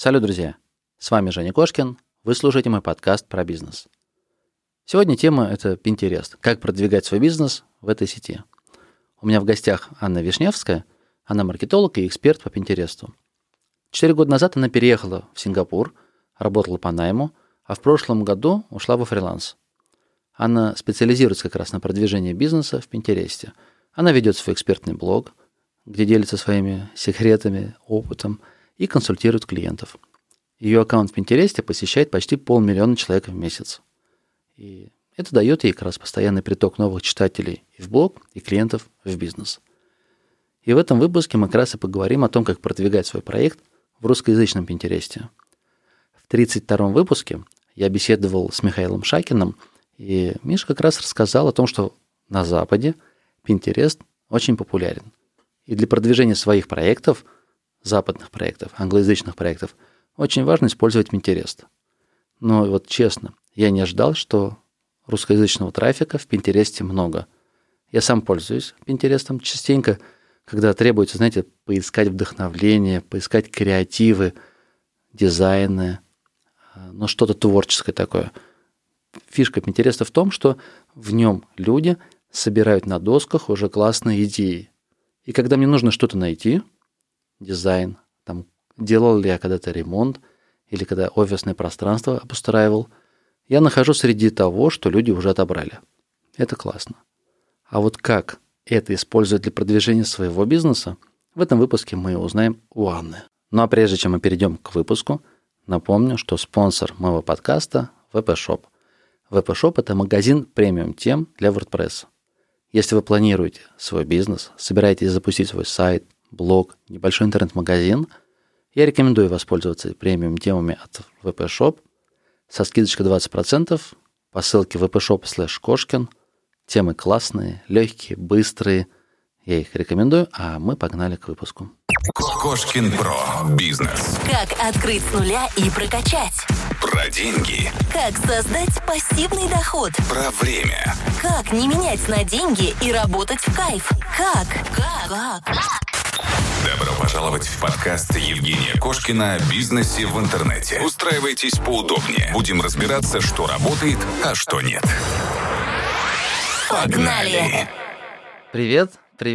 Салют, друзья! С вами Женя Кошкин. Вы слушаете мой подкаст про бизнес. Сегодня тема – это Pinterest. Как продвигать свой бизнес в этой сети. У меня в гостях Анна Вишневская. Она маркетолог и эксперт по Pinterest. 4 года назад она переехала в Сингапур, работала по найму, а в прошлом году ушла во фриланс. Она специализируется как раз на продвижении бизнеса в Pinterest. Она ведет свой экспертный блог, где делится своими секретами, опытом и консультирует клиентов. Ее аккаунт в Pinterest посещает почти 500 000 человек в месяц. И это дает ей как раз постоянный приток новых читателей и в блог, и клиентов в бизнес. И в этом выпуске мы как раз и поговорим о том, как продвигать свой проект в русскоязычном Pinterest. В 32-м выпуске я беседовал с Михаилом Шакиным, и Миша как раз рассказал о том, что на Западе Pinterest очень популярен. И для продвижения своих проектов, западных проектов, англоязычных проектов, очень важно использовать Pinterest. Но вот честно, я не ожидал, что русскоязычного трафика в Pinterest много. Я сам пользуюсь Pinterest частенько, когда требуется, знаете, поискать вдохновление, поискать креативы, дизайны, ну что-то творческое такое. Фишка Pinterest в том, что в нем люди собирают на досках уже классные идеи. И когда мне нужно что-то найти, дизайн, там, делал ли я когда-то ремонт, или когда офисное пространство обустраивал, я нахожу среди того, что люди уже отобрали. Это классно. А вот как это использовать для продвижения своего бизнеса, в этом выпуске мы узнаем у Анны. Ну а прежде чем мы перейдем к выпуску, напомню, что спонсор моего подкаста – VP-Shop. VP-Shop – это магазин премиум-тем для WordPress. Если вы планируете свой бизнес, собираетесь запустить свой сайт, блог, небольшой интернет-магазин, я рекомендую воспользоваться премиум-темами от VP-Shop со скидочкой 20% по ссылке vpshop/Кошкин. Темы классные, легкие, быстрые. Я их рекомендую, а мы погнали к выпуску. Кошкин Про. Бизнес. Как открыть с нуля и прокачать. Про деньги. Как создать пассивный доход. Про время. Как не менять на деньги и работать в кайф. Как? Добро пожаловать в подкаст Евгения Кошкина о бизнесе в интернете. Устраивайтесь поудобнее. Будем разбираться, что работает, а что нет. Погнали! Привет.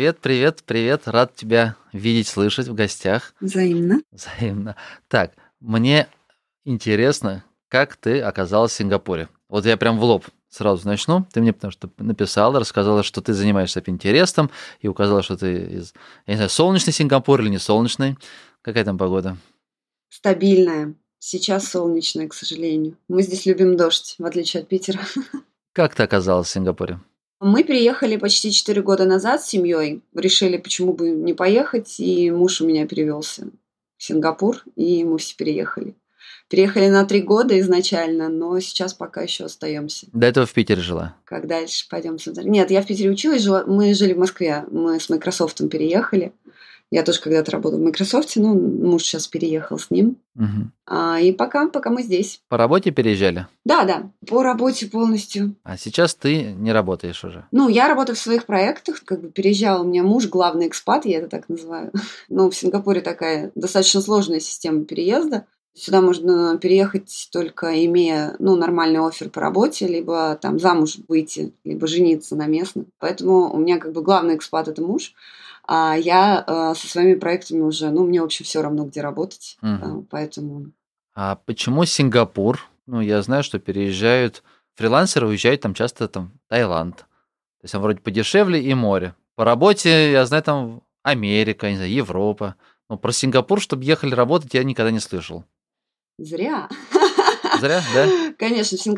Рад тебя видеть, слышать в гостях. Взаимно. Так, мне интересно, как ты оказалась в Сингапуре. Вот я прям в лоб сразу начну. Ты мне потому что написала, рассказала, что ты занимаешься Pinterest, и указала, что ты из, я не знаю, солнечный Сингапур или не солнечный. Какая там погода? Стабильная. Сейчас солнечная, к сожалению. Мы здесь любим дождь, в отличие от Питера. Как ты оказалась в Сингапуре? Мы переехали почти 4 года назад с семьей. Решили, почему бы не поехать, и муж у меня перевелся в Сингапур, и мы все переехали. Переехали на 3 года изначально, но сейчас пока еще остаемся. До этого в Питере жила? Как дальше пойдем смотреть? Нет, я в Питере училась, мы жили в Москве. Мы с Microsoft переехали. Я тоже когда-то работала в Microsoft, но муж сейчас переехал с ним. Угу. И пока мы здесь. По работе переезжали? Да, по работе полностью. А сейчас ты не работаешь уже? Я работаю в своих проектах, переезжал у меня муж, главный экспат, я это так называю. В Сингапуре такая достаточно сложная система переезда. Сюда можно переехать только имея нормальный оффер по работе, либо там замуж выйти, либо жениться на местном. Поэтому у меня главный экспат – это муж. А я со своими проектами уже, мне, в общем, все равно, где работать, поэтому... А почему Сингапур? Я знаю, что переезжают, фрилансеры уезжают там часто в Таиланд. То есть там вроде подешевле и море. По работе, я знаю, там Америка, не знаю, Европа. Но про Сингапур, чтобы ехали работать, я никогда не слышал. Зря. Зря, да? Конечно, в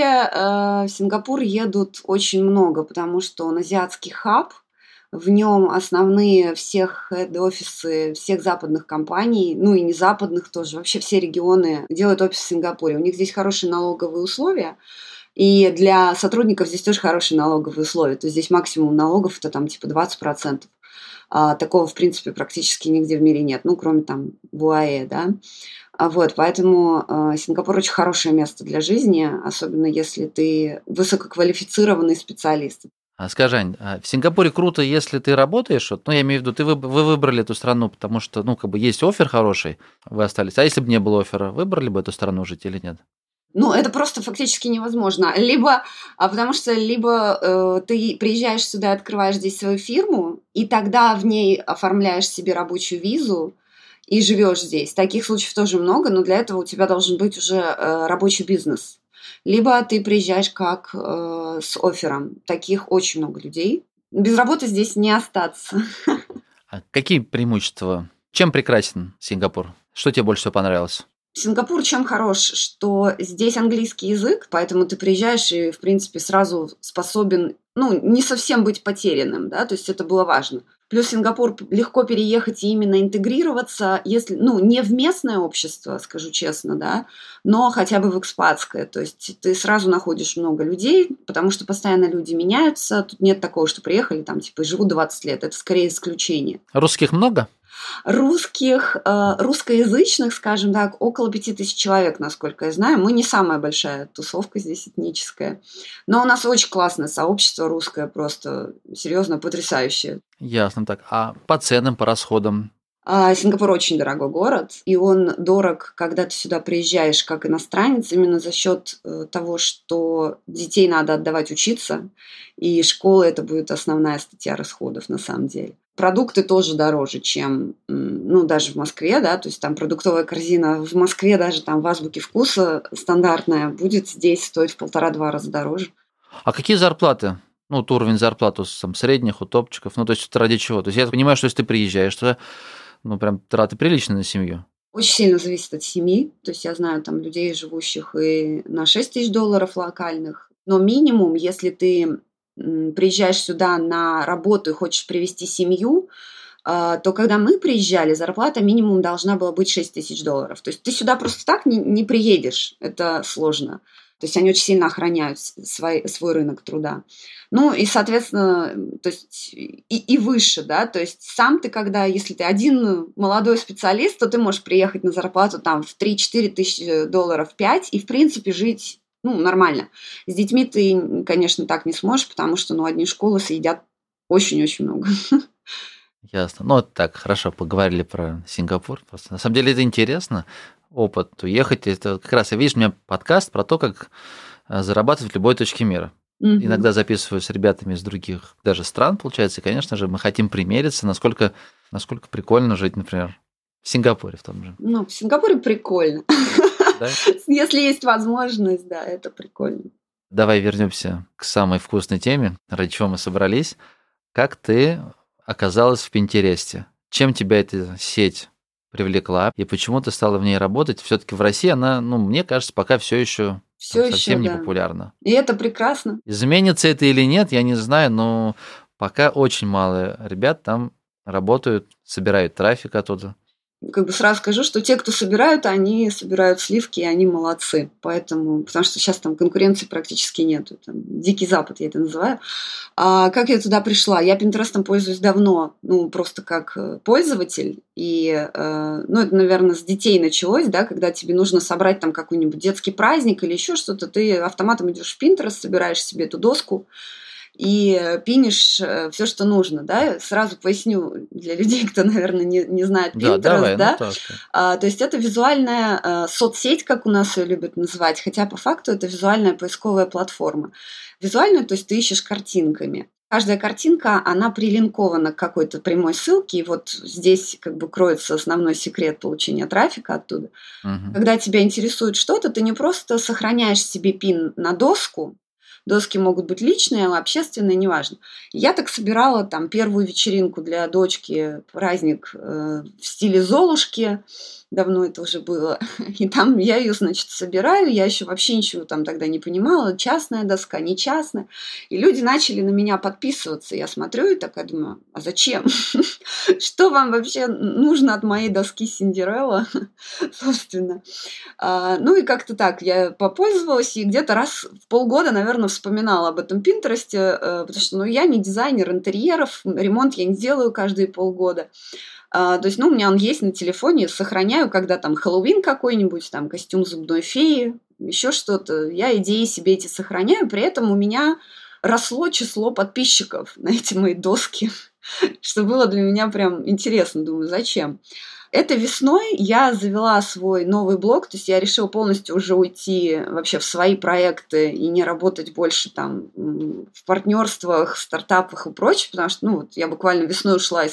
Сингапур едут очень много, потому что он азиатский хаб. В нем основные всех хед-офисы всех западных компаний, и не западных тоже, вообще все регионы делают офис в Сингапуре. У них здесь хорошие налоговые условия, и для сотрудников здесь тоже хорошие налоговые условия. То есть здесь максимум налогов это 20%. Такого, в принципе, практически нигде в мире нет, кроме в УАЭ, да. Поэтому Сингапур очень хорошее место для жизни, особенно если ты высококвалифицированный специалист. Скажи, Ань, в Сингапуре круто, если ты работаешь, вот, ну, я имею в виду, вы выбрали эту страну, потому что, ну, как бы есть оффер хороший, вы остались. А если бы не было оффера, выбрали бы эту страну жить или нет? Ну, это просто фактически невозможно. Потому что ты приезжаешь сюда и открываешь здесь свою фирму, и тогда в ней оформляешь себе рабочую визу и живешь здесь. Таких случаев тоже много, но для этого у тебя должен быть уже рабочий бизнес. Либо ты приезжаешь с оффером. Таких очень много людей. Без работы здесь не остаться. А какие преимущества? Чем прекрасен Сингапур? Что тебе больше всего понравилось? Сингапур чем хорош, что здесь английский язык, поэтому ты приезжаешь и, в принципе, сразу способен, не совсем быть потерянным, да, то есть это было важно. Плюс в Сингапур легко переехать и именно интегрироваться, если, не в местное общество, скажу честно, да, но хотя бы в экспатское. То есть ты сразу находишь много людей, потому что постоянно люди меняются. Тут нет такого, что приехали там, и живут 20 лет. Это скорее исключение. Русских много? Русскоязычных, скажем так, около 5000 человек, насколько я знаю. Мы не самая большая тусовка здесь этническая. Но у нас очень классное сообщество русское, просто серьезно потрясающее. Ясно так. А по ценам, по расходам? Сингапур очень дорогой город, и он дорог, когда ты сюда приезжаешь как иностранец, именно за счет того, что детей надо отдавать учиться, и школа это будет основная статья расходов на самом деле. Продукты тоже дороже, чем, даже в Москве, да, то есть там продуктовая корзина в Москве даже там в Азбуке вкуса стандартная будет здесь стоить в 1,5-2 раза дороже. А какие зарплаты? Вот уровень зарплат у средних, у топчиков, то есть ради чего? То есть я понимаю, что если ты приезжаешь, то прям траты приличные на семью. Очень сильно зависит от семьи. То есть я знаю там людей, живущих и на $6000 локальных. Но минимум, если ты приезжаешь сюда на работу и хочешь привезти семью, то когда мы приезжали, зарплата минимум должна была быть $6000. То есть ты сюда просто так не приедешь. Это сложно. То есть они очень сильно охраняют свой рынок труда. И, соответственно, то есть и выше, да, то есть сам ты, если ты один молодой специалист, то ты можешь приехать на зарплату там в 3-4 тысячи долларов, 5, и, в принципе, жить, нормально. С детьми ты, конечно, так не сможешь, потому что, одни школы съедят очень-очень много. Ясно. Так, хорошо, поговорили про Сингапур. Просто, на самом деле это интересно. Опыт уехать. Это как раз, видишь, у меня подкаст про то, как зарабатывать в любой точке мира. Mm-hmm. Иногда записываю с ребятами из других даже стран, получается, и, конечно же, мы хотим примериться, насколько прикольно жить, например, в Сингапуре в том же. В Сингапуре прикольно. Да? Если есть возможность, да, это прикольно. Давай вернемся к самой вкусной теме, ради чего мы собрались. Как ты оказалась в Пинтересте? Чем тебя эта сеть привлекла, и почему ты стала в ней работать? Все-таки в России она, мне кажется, пока все еще совсем не популярна. И это прекрасно. Изменится это или нет, я не знаю, но пока очень мало ребят там работают, собирают трафик оттуда. Сразу скажу, что те, кто собирают, они собирают сливки, и они молодцы. Потому что сейчас там конкуренции практически нету. Там, Дикий Запад я это называю. Как я туда пришла? Я Пинтерестом пользуюсь давно, просто как пользователь. И, это, наверное, с детей началось, да, когда тебе нужно собрать там какой-нибудь детский праздник или еще что-то, ты автоматом идешь в Пинтерест, собираешь себе эту доску и пинишь все, что нужно, да. Сразу поясню для людей, кто, наверное, не знает Pinterest, да. То есть это визуальная соцсеть, как у нас ее любят называть, хотя по факту это визуальная поисковая платформа. Визуальная, то есть ты ищешь картинками. Каждая картинка, она прилинкована к какой-то прямой ссылке, и вот здесь кроется основной секрет получения трафика оттуда. Угу. Когда тебя интересует что-то, ты не просто сохраняешь себе пин на доску. Доски могут быть личные, общественные, неважно. Я так собирала там первую вечеринку для дочки, праздник в стиле Золушки. Давно это уже было. И там я ее, собираю. Я еще вообще ничего там тогда не понимала. Частная доска, не частная. И люди начали на меня подписываться. Я смотрю и такая думаю, а зачем? Что вам вообще нужно от моей доски Синдерелла? Собственно. И как-то так я попользовалась. И где-то раз в полгода, наверное, вспоминала об этом Пинтересте. Потому что я не дизайнер интерьеров. Ремонт я не делаю каждые полгода. То есть, у меня он есть на телефоне, сохраняю, когда там Хэллоуин какой-нибудь, там костюм зубной феи, еще что-то. Я идеи себе эти сохраняю, при этом у меня росло число подписчиков на эти мои доски, что было для меня прям интересно. Думаю, зачем? Этой весной я завела свой новый блог, то есть я решила полностью уже уйти вообще в свои проекты и не работать больше там в партнерствах, стартапах и прочее, потому что я буквально весной ушла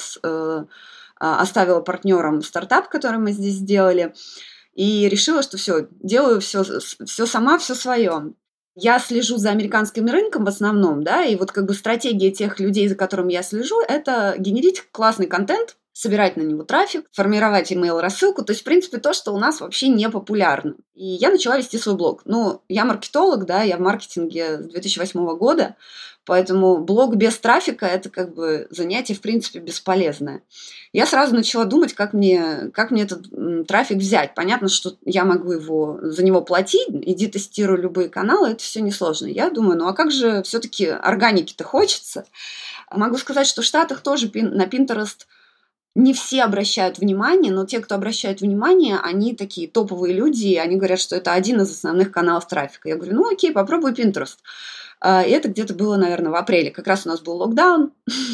оставила партнерам стартап, который мы здесь сделали, и решила, что все, делаю все сама, все свое. Я слежу за американским рынком в основном, да, и вот как бы стратегия тех людей, за которыми я слежу, это генерить классный контент, собирать на него трафик, формировать email-рассылку, то есть, в принципе, то, что у нас вообще не популярно. И я начала вести свой блог. Я маркетолог, да, я в маркетинге с 2008 года, поэтому блог без трафика – это как бы занятие, в принципе, бесполезное. Я сразу начала думать, как мне этот трафик взять. Понятно, что я могу за него платить, иди тестируй любые каналы, это все несложно. Я думаю, а как же все-таки органики-то хочется? Могу сказать, что в Штатах тоже на Pinterest не все обращают внимание, но те, кто обращает внимание, они такие топовые люди, и они говорят, что это один из основных каналов трафика. Я говорю, окей, попробуй Pinterest. И это где-то было, наверное, в апреле. Как раз у нас был локдаун.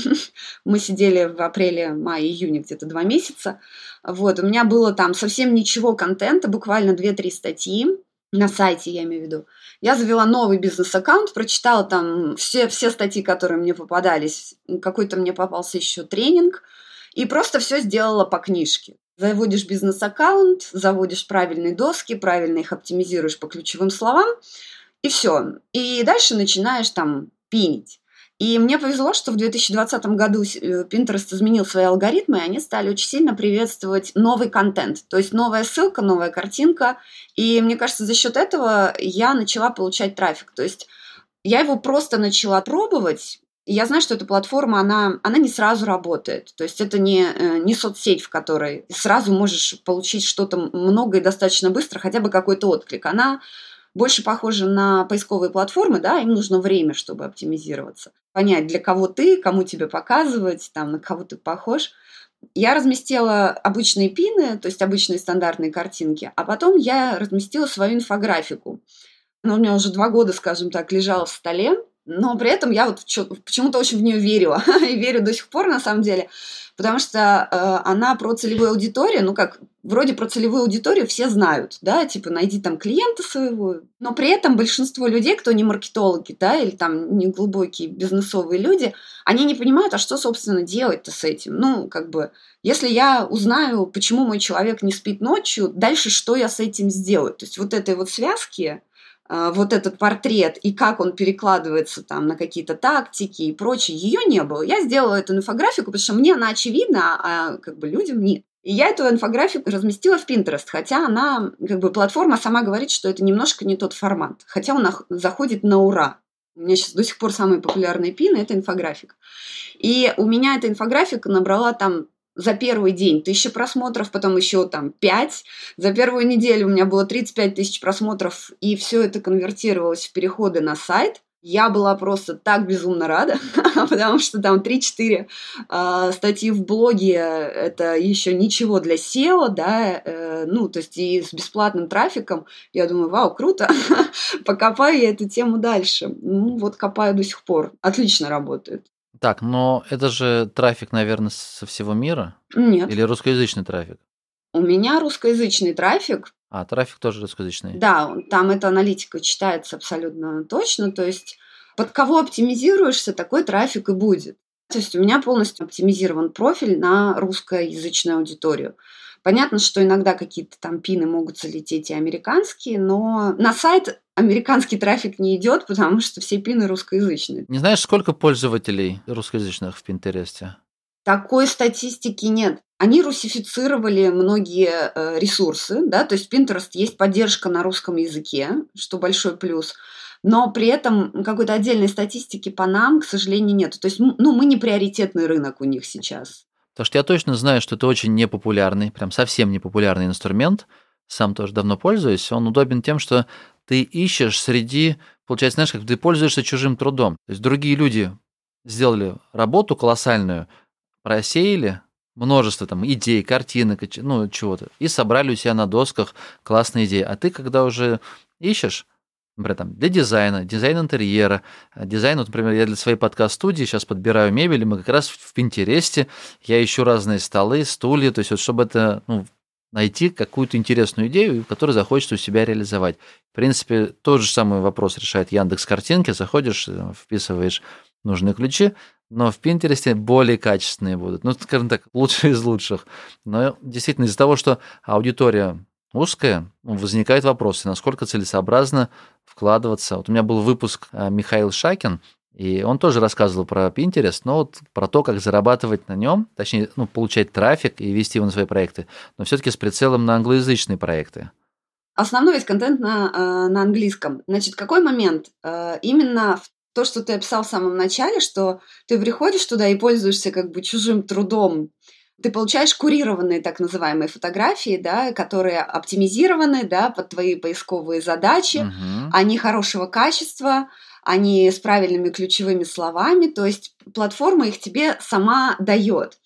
Мы сидели в апреле, мае, июне, где-то 2 месяца. Вот. У меня было там совсем ничего контента, буквально 2-3 статьи на сайте, я имею в виду. Я завела новый бизнес-аккаунт, прочитала там все статьи, которые мне попадались. Какой-то мне попался еще тренинг. И просто все сделала по книжке. Заводишь бизнес-аккаунт, заводишь правильные доски, правильно их оптимизируешь по ключевым словам, и все. И дальше начинаешь там пинить. И мне повезло, что в 2020 году Pinterest изменил свои алгоритмы, и они стали очень сильно приветствовать новый контент. То есть новая ссылка, новая картинка. И мне кажется, за счет этого я начала получать трафик. То есть я его просто начала пробовать. Я знаю, что эта платформа, она не сразу работает. То есть это не соцсеть, в которой сразу можешь получить что-то много и достаточно быстро, хотя бы какой-то отклик. Она больше похожа на поисковые платформы, да, им нужно время, чтобы оптимизироваться. Понять, для кого ты, кому тебе показывать, там, на кого ты похож. Я разместила обычные пины, то есть обычные стандартные картинки, а потом я разместила свою инфографику. Она у меня уже 2 года, скажем так, лежала в столе. Но при этом я почему-то очень в нее верила. И верю до сих пор, на самом деле. Потому что она про целевую аудиторию. Вроде про целевую аудиторию все знают. Да, типа, найди там клиента своего. Но при этом большинство людей, кто не маркетологи, да, или там не глубокие бизнесовые люди, они не понимают, а что, собственно, делать-то с этим. Если я узнаю, почему мой человек не спит ночью, дальше что я с этим сделаю? То есть вот этой вот связки, вот этот портрет и как он перекладывается там на какие-то тактики и прочее, ее не было. Я сделала эту инфографику, потому что мне она очевидна, а людям нет. И я эту инфографику разместила в Pinterest, хотя она, платформа сама говорит, что это немножко не тот формат, хотя он заходит на ура. У меня сейчас до сих пор самые популярные пины – это инфографика. И у меня эта инфографика набрала там за первый день 1000 просмотров, потом еще там 5. За первую неделю у меня было 35 тысяч просмотров, и все это конвертировалось в переходы на сайт. Я была просто так безумно рада, потому что там 3-4 статьи в блоге – это еще ничего для SEO, да, то есть и с бесплатным трафиком. Я думаю, вау, круто, покопаю я эту тему дальше. Копаю до сих пор. Отлично работает. Так, но это же трафик, наверное, со всего мира? Нет. Или русскоязычный трафик? У меня русскоязычный трафик. Трафик тоже русскоязычный? Да, там эта аналитика читается абсолютно точно. То есть под кого оптимизируешься, такой трафик и будет. То есть у меня полностью оптимизирован профиль на русскоязычную аудиторию. Понятно, что иногда какие-то там пины могут залететь и американские, но на сайт американский трафик не идет, потому что все пины русскоязычные. Не знаешь, сколько пользователей русскоязычных в Пинтересте? Такой статистики нет. Они русифицировали многие ресурсы, да, то есть в Pinterest есть поддержка на русском языке, что большой плюс, но при этом какой-то отдельной статистики по нам, к сожалению, нет. То есть, мы не приоритетный рынок у них сейчас. Потому что я точно знаю, что это очень непопулярный, прям совсем непопулярный инструмент. Сам тоже давно пользуюсь. Он удобен тем, что ты ищешь среди, получается, знаешь, как ты пользуешься чужим трудом. То есть другие люди сделали работу колоссальную, просеяли множество там идей, картинок, чего-то, и собрали у себя на досках классные идеи. А ты, когда уже ищешь, например, там, для дизайна, дизайн интерьера, дизайн, вот, например, я для своей подкаст-студии сейчас подбираю мебель, и мы как раз в Пинтересте, я ищу разные столы, стулья, то есть вот чтобы это, найти какую-то интересную идею, которую захочется у себя реализовать. В принципе, тот же самый вопрос решает Яндекс.Картинки, заходишь, вписываешь нужные ключи, но в Пинтересте более качественные будут, скажем так, лучшие из лучших. Но действительно из-за того, что аудитория узкая, возникают вопросы, насколько целесообразно вкладываться. Вот у меня был выпуск Михаил Шакин, и он тоже рассказывал про Pinterest, но вот про то, как зарабатывать на нем, точнее, получать трафик и вести его на свои проекты, но все-таки с прицелом на англоязычные проекты. Основной весь контент на английском. Значит, какой момент? Именно то, что ты описал в самом начале, что ты приходишь туда и пользуешься как бы чужим трудом. Ты получаешь курированные так называемые фотографии, да, которые оптимизированы, да, под твои поисковые задачи, они хорошего качества, они с правильными ключевыми словами, то есть платформа их тебе сама дает.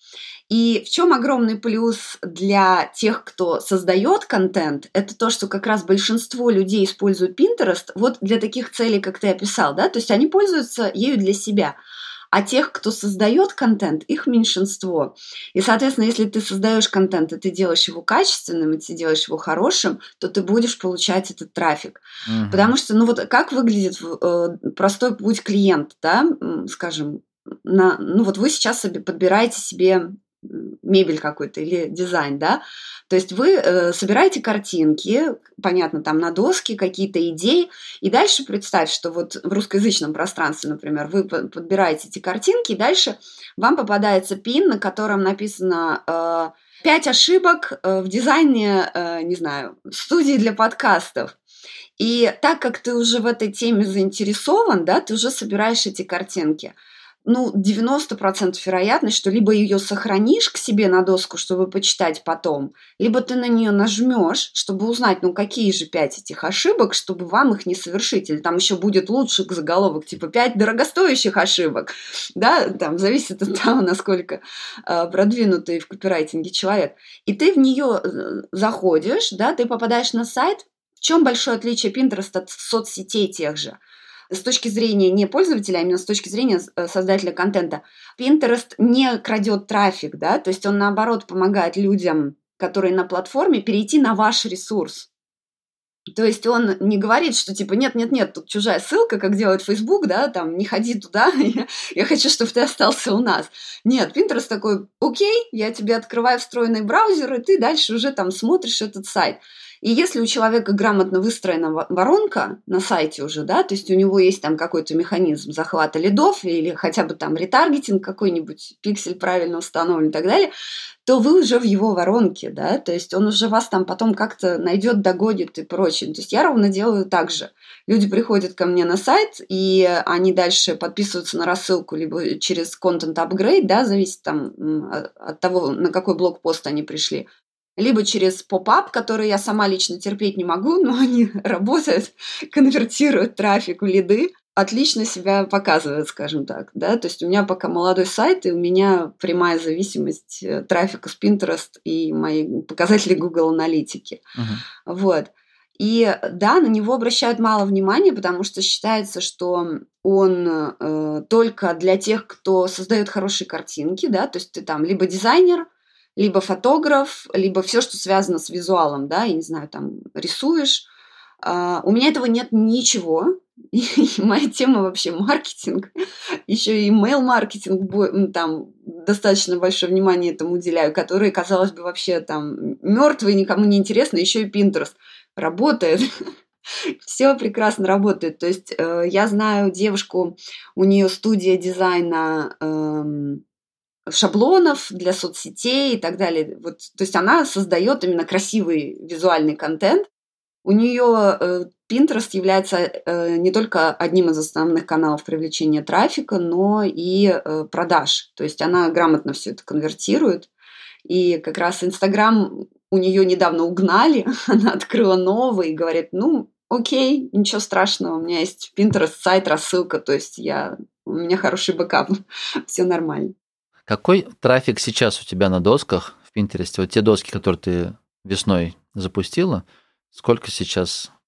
И в чем огромный плюс для тех, кто создает контент, это то, что как раз большинство людей используют Pinterest вот для таких целей, как ты описал, да, то есть они пользуются ею для себя. А тех, кто создает контент, их меньшинство. И, соответственно, если ты создаешь контент, и ты делаешь его качественным, и ты делаешь его хорошим, то ты будешь получать этот трафик. Потому что, вот как выглядит простой путь клиента, да, скажем, вот вы сейчас подбираете себе мебель какой-то или дизайн, да, то есть вы собираете картинки, понятно, там на доске какие-то идеи, и дальше представь, что вот в русскоязычном пространстве, например, вы подбираете эти картинки, и дальше вам попадается пин, на котором написано 5 ошибок в дизайне, не знаю, студии для подкастов. И так как ты уже в этой теме заинтересован, да, ты уже собираешь эти картинки. 90% вероятность, что либо ее сохранишь к себе на доску, чтобы почитать потом, либо ты на нее нажмешь, чтобы узнать, какие же 5 этих ошибок, чтобы вам их не совершить. Или там еще будет лучший заголовок, типа 5 дорогостоящих ошибок. Да, там зависит от того, насколько продвинутый в копирайтинге человек. И ты в нее заходишь, да, ты попадаешь на сайт. В чем большое отличие Pinterest от соцсетей тех же? С точки зрения не пользователя, а именно с точки зрения создателя контента, Pinterest не крадет трафик, да, то есть он, наоборот, помогает людям, которые на платформе, перейти на ваш ресурс. То есть он не говорит, что типа нет, тут чужая ссылка, как делает Facebook, да, там не ходи туда, я хочу, чтобы ты остался у нас. Нет, Pinterest такой, окей, я тебе открываю встроенный браузер, и ты дальше уже там смотришь этот сайт. И если у человека грамотно выстроена воронка на сайте уже, да, то есть у него есть там какой-то механизм захвата лидов или хотя бы там ретаргетинг какой-нибудь, пиксель правильно установлен и так далее, то вы уже в его воронке, да, то есть он уже вас там потом как-то найдет, догодит и прочее. То есть я ровно делаю так же. Люди приходят ко мне на сайт, и они дальше подписываются на рассылку либо через Content Upgrade, да, зависит там от того, на какой блог-пост они пришли, либо через поп-ап, который я сама лично терпеть не могу, но они работают, конвертируют трафик в лиды, отлично себя показывают, скажем так, да, то есть у меня пока молодой сайт, и у меня прямая зависимость трафика с Pinterest и мои показатели Google аналитики, вот. И да, на него обращают мало внимания, потому что считается, что он только для тех, кто создает хорошие картинки, да, то есть ты там либо дизайнер, либо фотограф, либо все, что связано с визуалом, да, я не знаю, там рисуешь. У меня этого нет ничего. И моя тема вообще маркетинг, еще и email-маркетинг, там достаточно большое внимание этому уделяю, который, казалось бы, вообще там мертвый, никому не интересно, еще и Pinterest работает. Все прекрасно работает. То есть я знаю девушку, у нее студия дизайна шаблонов для соцсетей и так далее. Вот, то есть она создает именно красивый визуальный контент. У нее Pinterest является не только одним из основных каналов привлечения трафика, но и продаж. То есть она грамотно все это конвертирует. И как раз Instagram у нее недавно угнали, она открыла новый и говорит, окей, ничего страшного, у меня есть Pinterest, сайт, рассылка, то есть у меня хороший бэкап, все нормально. Какой трафик сейчас у тебя на досках в Pinterest? Вот те доски, которые ты весной запустила, сколько сейчас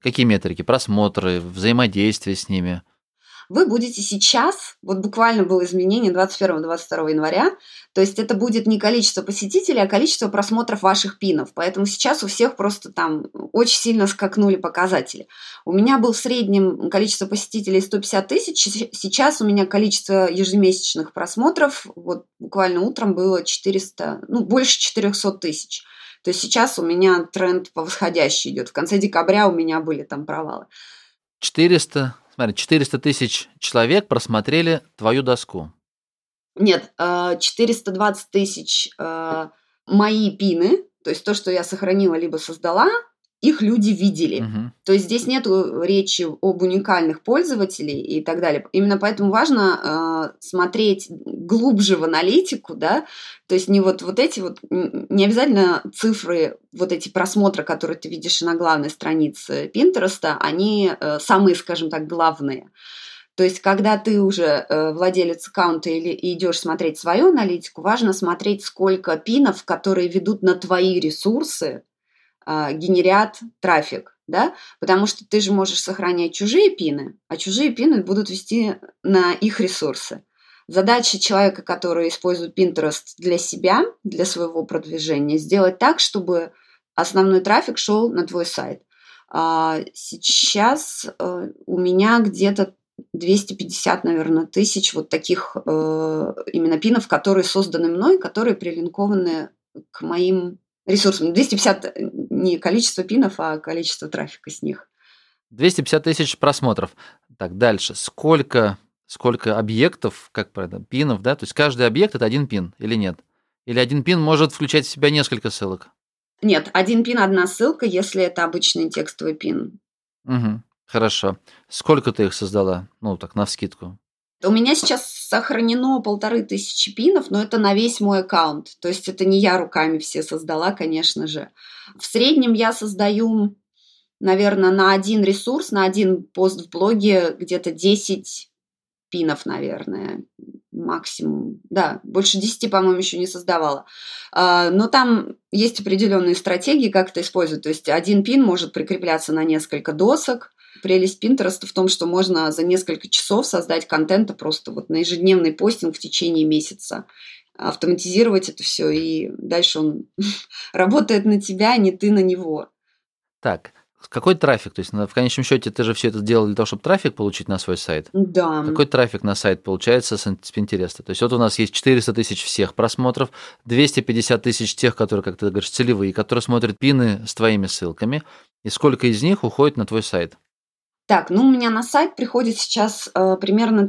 Какие метрики? Просмотры, взаимодействие с ними? Вы будете сейчас, вот буквально было изменение 21-22 января, то есть это будет не количество посетителей, а количество просмотров ваших пинов. Поэтому сейчас у всех просто там очень сильно скакнули показатели. У меня был в среднем количество посетителей 150 тысяч, сейчас у меня количество ежемесячных просмотров, вот буквально утром было 400, больше 400 тысяч. То есть сейчас у меня тренд по восходящей идет. В конце декабря у меня были там провалы. 400 тысяч человек просмотрели твою доску. Нет, 420 тысяч мои пины, то есть то, что я сохранила либо создала, их люди видели. То есть здесь нет речи об уникальных пользователей и так далее. Именно поэтому важно смотреть глубже в аналитику, да, то есть не вот эти вот, не обязательно цифры, вот эти просмотры, которые ты видишь на главной странице Пинтереста, они самые, скажем так, главные. То есть, когда ты уже владелец аккаунта или идешь смотреть свою аналитику, важно смотреть, сколько пинов, которые ведут на твои ресурсы, генерят трафик, да, потому что ты же можешь сохранять чужие пины, а чужие пины будут вести на их ресурсы. Задача человека, который использует Pinterest для себя, для своего продвижения, сделать так, чтобы основной трафик шел на твой сайт. Сейчас у меня где-то 250, наверное, тысяч вот таких именно пинов, которые созданы мной, которые прилинкованы к моим ресурсам. 250 не количество пинов, а количество трафика с них. 250 тысяч просмотров. Так, дальше. Сколько объектов, как правильно, пинов, да? То есть каждый объект – это один пин или нет? Или один пин может включать в себя несколько ссылок? Нет, один пин – одна ссылка, если это обычный текстовый пин. Угу, хорошо. Сколько ты их создала? Так, навскидку. У меня сейчас сохранено 1500 пинов, но это на весь мой аккаунт. То есть это не я руками все создала, конечно же. В среднем я создаю, наверное, на один ресурс, на один пост в блоге где-то 10 пинов, наверное, максимум. Да, больше 10, по-моему, еще не создавала. Но там есть определенные стратегии, как это использовать. То есть один пин может прикрепляться на несколько досок. Прелесть Пинтереста в том, что можно за несколько часов создать контента просто вот на ежедневный постинг в течение месяца. Автоматизировать это все, и дальше он работает на тебя, а не ты на него. Так, какой трафик? То есть в конечном счете ты же все это делал для того, чтобы трафик получить на свой сайт? Да. Какой трафик на сайт получается с Pinterest? То есть вот у нас есть 400 тысяч всех просмотров, 250 тысяч тех, которые, как ты говоришь, целевые, которые смотрят пины с твоими ссылками. И сколько из них уходит на твой сайт? Так, у меня на сайт приходит сейчас примерно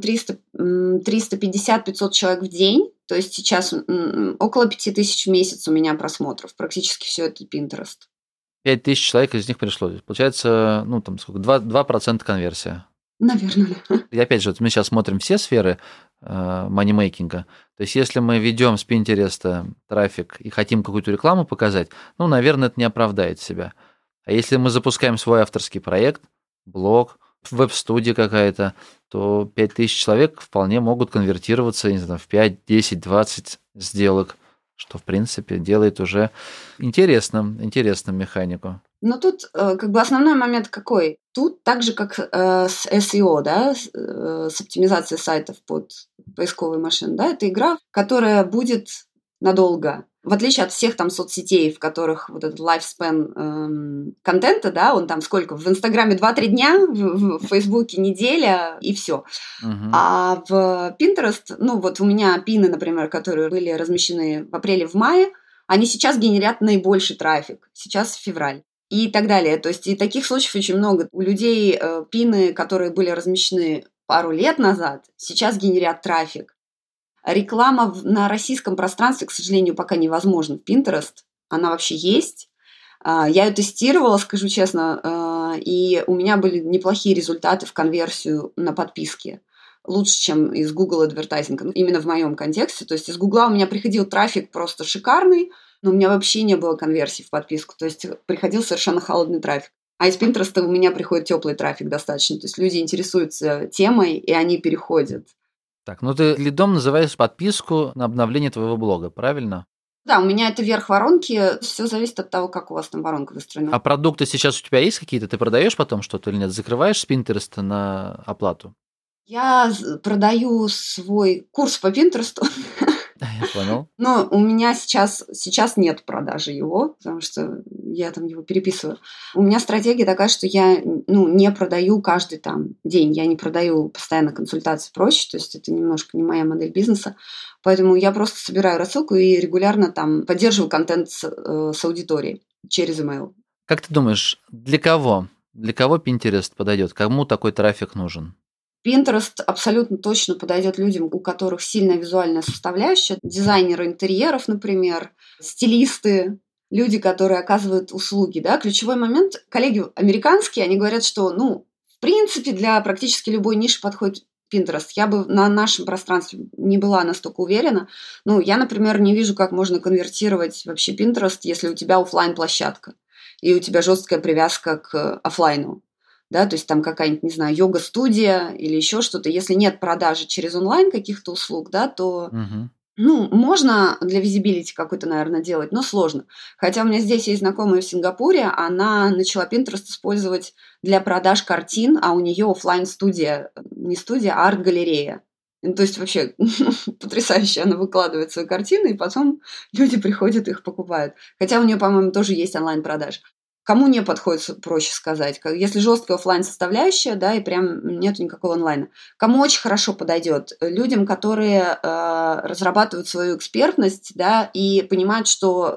350-500 человек в день. То есть сейчас около 5000 в месяц у меня просмотров. Практически все это Pinterest. 5000 человек из них пришло. Получается, 2% конверсия. Наверное, да. И опять же, мы сейчас смотрим все сферы манимейкинга. То есть если мы ведем с Pinterest трафик и хотим какую-то рекламу показать, наверное, это не оправдает себя. А если мы запускаем свой авторский проект, блог, веб-студия какая-то, то 5000 человек вполне могут конвертироваться, не знаю, в 5, 10, 20 сделок, что, в принципе, делает уже интересным механику. Но тут основной момент какой? Тут так же, как с SEO, да, с оптимизацией сайтов под поисковые машины, да, это игра, которая будет надолго. В отличие от всех там соцсетей, в которых вот этот lifespan контента, да, он там сколько? В Инстаграме 2-3 дня, в Фейсбуке неделя и все. А в Pinterest, вот у меня пины, например, которые были размещены в апреле, в мае, они сейчас генерят наибольший трафик. Сейчас февраль. И так далее. То есть и таких случаев очень много. У людей пины, которые были размещены пару лет назад, сейчас генерят трафик. Реклама на российском пространстве, к сожалению, пока невозможна в Pinterest. Она вообще есть. Я ее тестировала, скажу честно, и у меня были неплохие результаты в конверсию на подписки. Лучше, чем из Google Advertising. Именно в моем контексте. То есть из Google у меня приходил трафик просто шикарный, но у меня вообще не было конверсии в подписку. То есть приходил совершенно холодный трафик. А из Pinterest у меня приходит теплый трафик достаточно. То есть люди интересуются темой, и они переходят. Так, ты лидом называешь подписку на обновление твоего блога, правильно? Да, у меня это верх воронки, все зависит от того, как у вас там воронка выстроена. А продукты сейчас у тебя есть какие-то? Ты продаешь потом что-то или нет? Закрываешь с Pinterest на оплату? Я продаю свой курс по Пинтересту. Я понял. Но у меня сейчас нет продажи его, потому что я там его переписываю. У меня стратегия такая, что я не продаю каждый там день, я не продаю постоянно консультации и прочее, то есть это немножко не моя модель бизнеса. Поэтому я просто собираю рассылку и регулярно там поддерживаю контент с аудиторией через email. Как ты думаешь, для кого? Для кого Pinterest подойдет? Кому такой трафик нужен? Pinterest абсолютно точно подойдет людям, у которых сильная визуальная составляющая. Дизайнеры интерьеров, например, стилисты, люди, которые оказывают услуги. Да? Ключевой момент, коллеги американские, они говорят, что, в принципе, для практически любой ниши подходит Pinterest. Я бы на нашем пространстве не была настолько уверена. Я, например, не вижу, как можно конвертировать вообще Pinterest, если у тебя офлайн-площадка и у тебя жесткая привязка к офлайну. Да, то есть там какая-нибудь, не знаю, йога-студия или еще что-то. Если нет продажи через онлайн каких-то услуг, да, то, можно для визибилити какой-то, наверное, делать, но сложно. Хотя у меня здесь есть знакомая в Сингапуре, она начала Pinterest использовать для продаж картин, а у нее офлайн-студия, не студия, а арт-галерея. То есть вообще потрясающе, она выкладывает свои картины, и потом люди приходят, их покупают. Хотя у нее, по-моему, тоже есть онлайн-продажи. Кому не подходит, проще сказать. Если жесткая офлайн составляющая, да, и прям нету никакого онлайна. Кому очень хорошо подойдет? Людям, которые разрабатывают свою экспертность, да, и понимают, что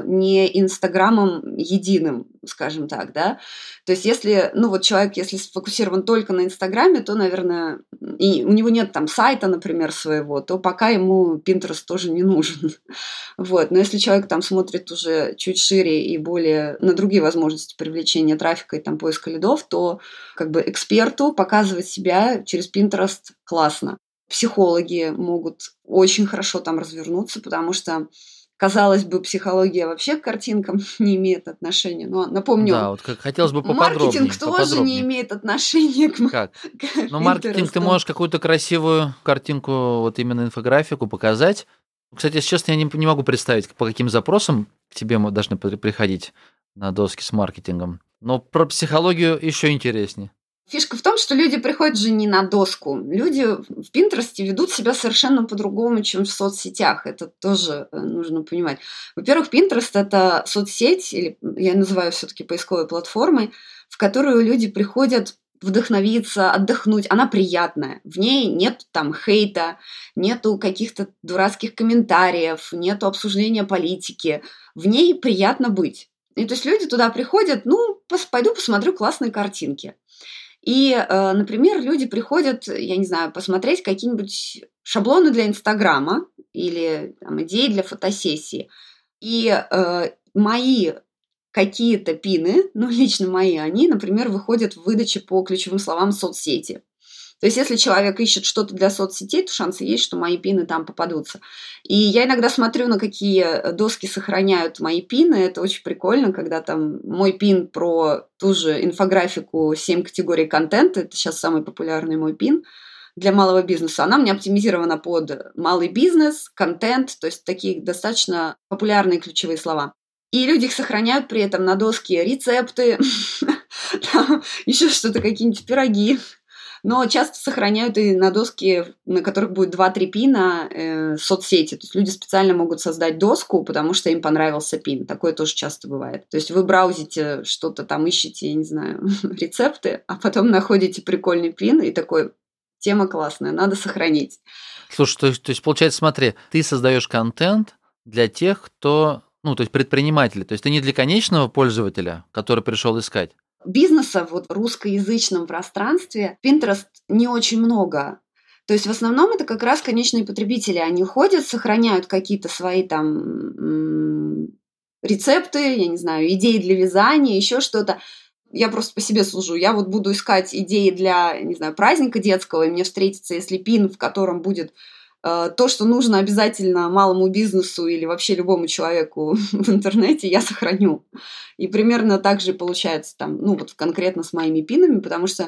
не Инстаграмом единым, скажем так, да. То есть если, человек, если сфокусирован только на Инстаграме, то, наверное, и у него нет там сайта, например, своего, то пока ему Pinterest тоже не нужен. Вот. Но если человек там смотрит уже чуть шире и более на другие возможности привлечения трафика и там поиска лидов, то как бы эксперту показывать себя через Pinterest классно. Психологи могут очень хорошо там развернуться, потому что, казалось бы, психология вообще к картинкам не имеет отношения. Но напомню, да, вот как хотелось бы поподробнее. Маркетинг тоже не имеет отношения к Как? Маркетинг, ты можешь какую-то красивую картинку, вот именно инфографику показать. Кстати, если честно, я не могу представить, по каким запросам к тебе мы должны приходить на доски с маркетингом. Но про психологию еще интереснее. Фишка в том, что люди приходят же не на доску. Люди в Пинтересте ведут себя совершенно по-другому, чем в соцсетях. Это тоже нужно понимать. Во-первых, Pinterest – это соцсеть, или я называю все-таки поисковой платформой, в которую люди приходят вдохновиться, отдохнуть. Она приятная. В ней нет там хейта, нету каких-то дурацких комментариев, нету обсуждения политики. В ней приятно быть. И то есть люди туда приходят, пойду посмотрю классные картинки. И, например, люди приходят, я не знаю, посмотреть какие-нибудь шаблоны для Инстаграма или там, идеи для фотосессии. И мои какие-то пины, лично мои, они, например, выходят в выдаче по ключевым словам соцсети. То есть, если человек ищет что-то для соцсетей, то шансы есть, что мои пины там попадутся. И я иногда смотрю, на какие доски сохраняют мои пины. Это очень прикольно, когда там мой пин про ту же инфографику 7 категорий контента. Это сейчас самый популярный мой пин для малого бизнеса. Она у меня оптимизирована под малый бизнес, контент, то есть такие достаточно популярные ключевые слова. И люди их сохраняют при этом на доске рецепты, еще что-то, какие-нибудь пироги. Но часто сохраняют и на доске, на которых будет 2-3 пина соцсети. То есть люди специально могут создать доску, потому что им понравился пин. Такое тоже часто бывает. То есть вы браузите что-то там, ищете, я не знаю, рецепты, а потом находите прикольный пин и такой, тема классная, надо сохранить. Слушай, то есть получается, смотри, ты создаешь контент для тех, кто, то есть предприниматели. То есть ты не для конечного пользователя, который пришел искать. Бизнеса в русскоязычном пространстве Pinterest не очень много. То есть в основном это как раз конечные потребители. Они ходят, сохраняют какие-то свои там рецепты, я не знаю, идеи для вязания, еще что-то. Я просто по себе служу. Я буду искать идеи для, не знаю, праздника детского, и мне встретится, если пин, в котором будет то, что нужно обязательно малому бизнесу или вообще любому человеку в интернете, я сохраню. И примерно так же получается там, конкретно с моими пинами, потому что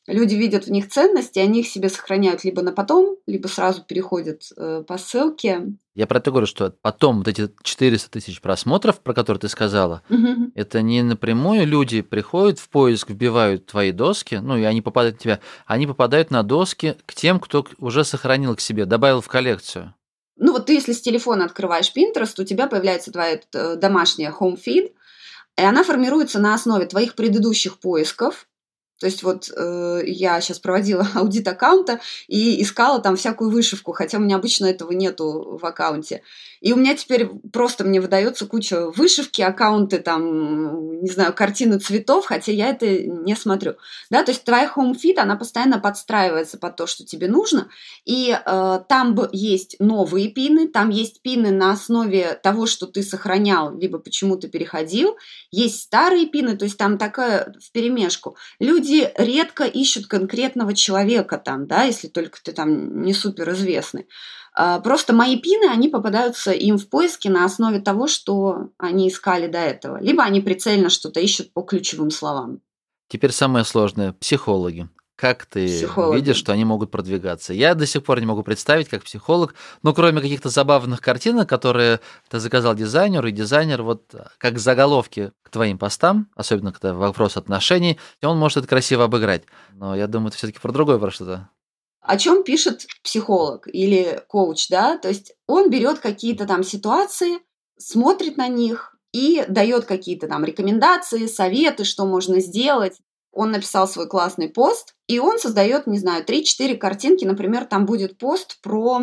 Люди видят в них ценность, и они их себе сохраняют либо на потом, либо сразу переходят по ссылке. Я про это говорю, что потом вот эти 400 тысяч просмотров, про которые ты сказала, это не напрямую люди приходят в поиск, вбивают твои доски, ну и они попадают на тебя, они попадают на доски к тем, кто уже сохранил к себе, добавил в коллекцию. Ну вот ты, если с телефона открываешь Pinterest, у тебя появляется твоя домашняя home feed, и она формируется на основе твоих предыдущих поисков. То есть вот я сейчас проводила аудит аккаунта и искала там всякую вышивку, хотя у меня обычно этого нету в аккаунте. И у меня теперь просто мне выдается куча вышивки, аккаунты там, не знаю, картины цветов, хотя я это не смотрю. Да, то есть твоя home feed, она постоянно подстраивается под то, что тебе нужно. И там есть новые пины, там есть пины на основе того, что ты сохранял, либо почему ты переходил. Есть старые пины, то есть там такая вперемешку. Люди редко ищут конкретного человека там, да, если только ты там не суперизвестный. Просто мои пины, они попадаются им в поиски на основе того, что они искали до этого. Либо они прицельно что-то ищут по ключевым словам. Теперь самое сложное – психологи. Как ты видишь, что они могут продвигаться? Я до сих пор не могу представить, как психолог, ну, кроме каких-то забавных картинок, которые ты заказал дизайнеру, и дизайнер вот как заголовки к твоим постам, особенно когда вопрос отношений, он может это красиво обыграть. Но я думаю, это все-таки про другое, про что-то. О чем пишет психолог или коуч, да? То есть он берет какие-то там ситуации, смотрит на них и дает какие-то там рекомендации, советы, что можно сделать. Он написал свой классный пост, и он создает, не знаю, 3-4 картинки. Например, там будет пост про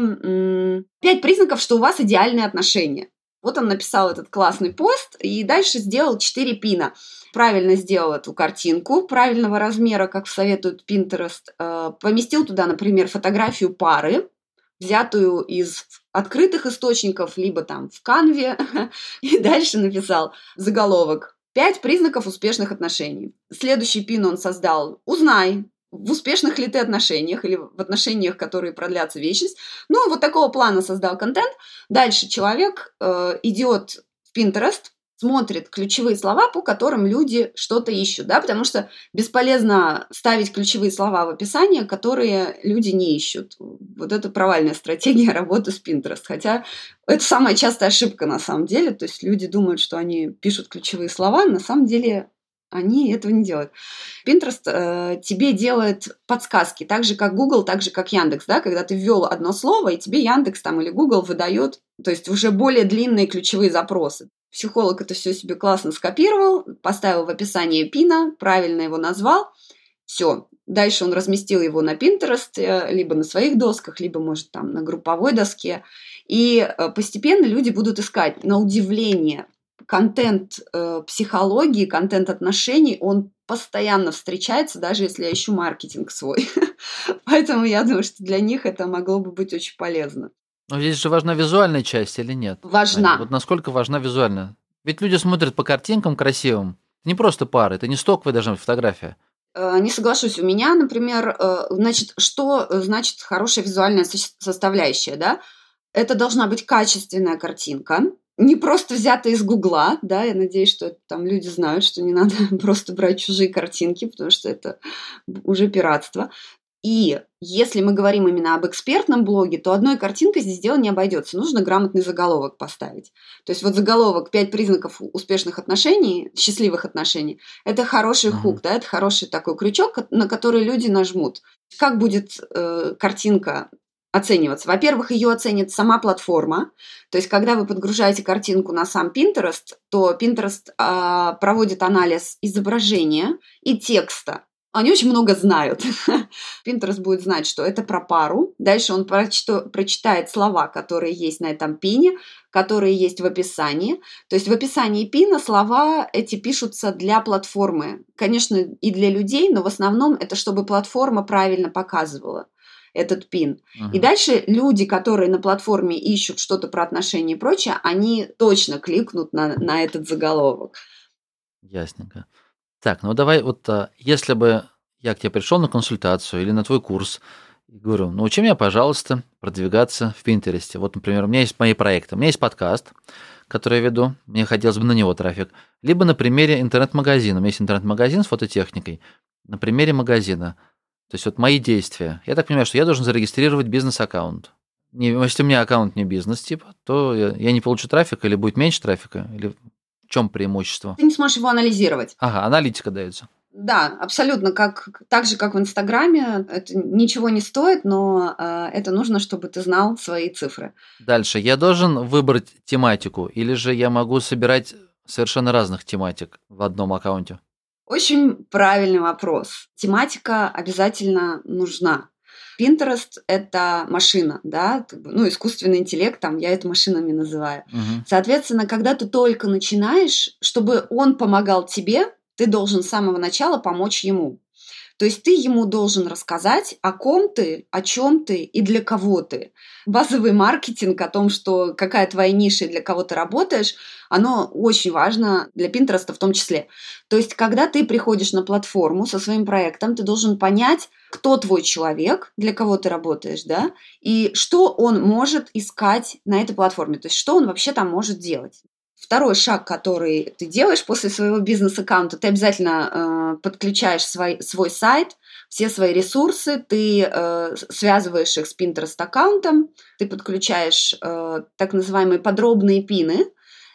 5 признаков, что у вас идеальные отношения. Вот он написал этот классный пост и дальше сделал 4 пина. Правильно сделал эту картинку правильного размера, как советует Pinterest. Поместил туда, например, фотографию пары, взятую из открытых источников, либо там в Canva, и дальше написал заголовок: 5 признаков успешных отношений. Следующий пин он создал: узнай, в успешных ли ты отношениях или в отношениях, которые продлятся вечность. Ну, вот такого плана создал контент. Дальше человек идет в Pinterest, смотрит ключевые слова, по которым люди что-то ищут, да, потому что бесполезно ставить ключевые слова в описание, которые люди не ищут. Вот это провальная стратегия работы с Pinterest, хотя это самая частая ошибка на самом деле, то есть люди думают, что они пишут ключевые слова, на самом деле они этого не делают. Pinterest тебе делает подсказки, так же, как Google, так же, как Яндекс, да, когда ты ввел одно слово, и тебе Яндекс там или Google выдает, то есть уже более длинные ключевые запросы. Психолог это все себе классно скопировал, поставил в описании пина, правильно его назвал. Все. Дальше он разместил его на Pinterest, либо на своих досках, либо, может, там на групповой доске. И постепенно люди будут искать. На удивление, контент психологии, контент отношений, он постоянно встречается, даже если я ищу маркетинг свой. Поэтому я думаю, что для них это могло бы быть очень полезно. Но здесь же важна визуальная часть или нет? Важна. Аня, вот насколько важна визуальная? Ведь люди смотрят по картинкам красивым. Это не просто пары, это не стоковая должна быть фотография. Не соглашусь. У меня, например, значит, что значит хорошая визуальная составляющая, да? Это должна быть качественная картинка, не просто взятая из Гугла, да, я надеюсь, что там люди знают, что не надо просто брать чужие картинки, потому что это уже пиратство. И если мы говорим именно об экспертном блоге, то одной картинкой здесь дело не обойдется. Нужно грамотный заголовок поставить. То есть вот заголовок «5 признаков успешных отношений, счастливых отношений» – это хороший хук, да, это хороший такой крючок, на который люди нажмут. Как будет картинка оцениваться? Во-первых, ее оценит сама платформа. То есть когда вы подгружаете картинку на сам Pinterest, то Pinterest проводит анализ изображения и текста. Они очень много знают. Pinterest будет знать, что это про пару. Дальше он прочитает слова, которые есть на этом пине, которые есть в описании. То есть в описании пина слова эти пишутся для платформы. Конечно, и для людей, но в основном это чтобы платформа правильно показывала этот пин. И дальше люди, которые на платформе ищут что-то про отношения и прочее, они точно кликнут на этот заголовок. Ясненько. Так, ну давай вот, если бы я к тебе пришел на консультацию или на твой курс и говорю, научи меня, пожалуйста, продвигаться в Pinterest. Вот, например, у меня есть мои проекты, у меня есть подкаст, который я веду, мне хотелось бы на него трафик, либо на примере интернет-магазина. У меня есть интернет-магазин с фототехникой. На примере магазина. То есть вот мои действия. Я так понимаю, что я должен зарегистрировать бизнес-аккаунт. Если у меня аккаунт не бизнес, типа, то я не получу трафика или будет меньше трафика? Или в чем преимущество? Ты не сможешь его анализировать. Ага, аналитика дается. Да, абсолютно. Так же, как в Инстаграме. Это ничего не стоит, но это нужно, чтобы ты знал свои цифры. Дальше. Я должен выбрать тематику, или же я могу собирать совершенно разных тематик в одном аккаунте? Очень правильный вопрос. Тематика обязательно нужна. Pinterest – это машина, да, искусственный интеллект, я это машинами называю. Угу. Соответственно, когда ты только начинаешь, чтобы он помогал тебе, ты должен с самого начала помочь ему. То есть ты ему должен рассказать, о ком ты, о чем ты и для кого ты. Базовый маркетинг о том, что какая твоя ниша и для кого ты работаешь, оно очень важно для Pinterest в том числе. То есть когда ты приходишь на платформу со своим проектом, ты должен понять, кто твой человек, для кого ты работаешь, да, и что он может искать на этой платформе, то есть что он вообще там может делать. Второй шаг, который ты делаешь после своего бизнес-аккаунта, ты обязательно подключаешь свой сайт, все свои ресурсы, ты связываешь их с Pinterest-аккаунтом, ты подключаешь так называемые подробные пины.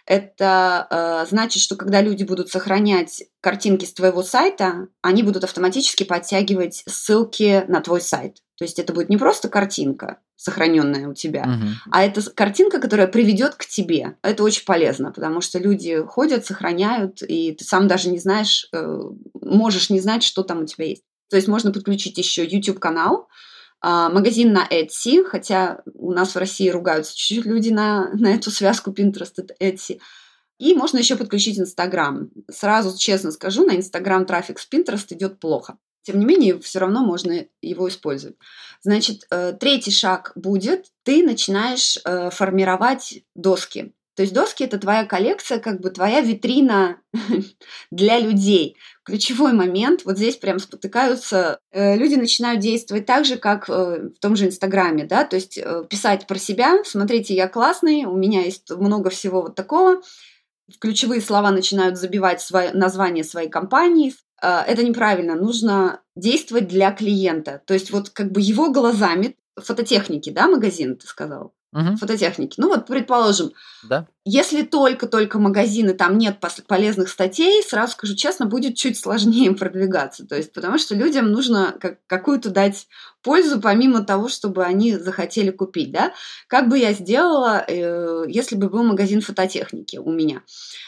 Это значит, что когда люди будут сохранять картинки с твоего сайта, они будут автоматически подтягивать ссылки на твой сайт. То есть это будет не просто картинка, сохраненная у тебя, а это картинка, которая приведет к тебе. Это очень полезно, потому что люди ходят, сохраняют, и ты сам даже не знаешь, можешь не знать, что там у тебя есть. То есть можно подключить еще YouTube-канал, магазин на Etsy, хотя у нас в России ругаются чуть-чуть люди на эту связку Pinterest и Etsy. И можно еще подключить Instagram. Сразу честно скажу, на Instagram трафик с Pinterest идет плохо. Тем не менее, все равно можно его использовать. Значит, третий шаг будет, ты начинаешь формировать доски. То есть доски – это твоя коллекция, как бы твоя витрина для людей. Ключевой момент, вот здесь прям спотыкаются, люди начинают действовать так же, как в том же Инстаграме, да, то есть писать про себя, смотрите, я классный, у меня есть много всего вот такого. В ключевые слова начинают забивать название своей компании. Это неправильно, нужно действовать для клиента. То есть вот как бы его глазами, фототехники, да, магазин, ты сказал? Фототехники. Ну вот, предположим, да. Если только магазины, там нет полезных статей, сразу скажу честно, будет чуть сложнее продвигаться. То есть, потому что людям нужно какую-то дать пользу, помимо того, чтобы они захотели купить. Да? Как бы я сделала, если бы был магазин фототехники у меня?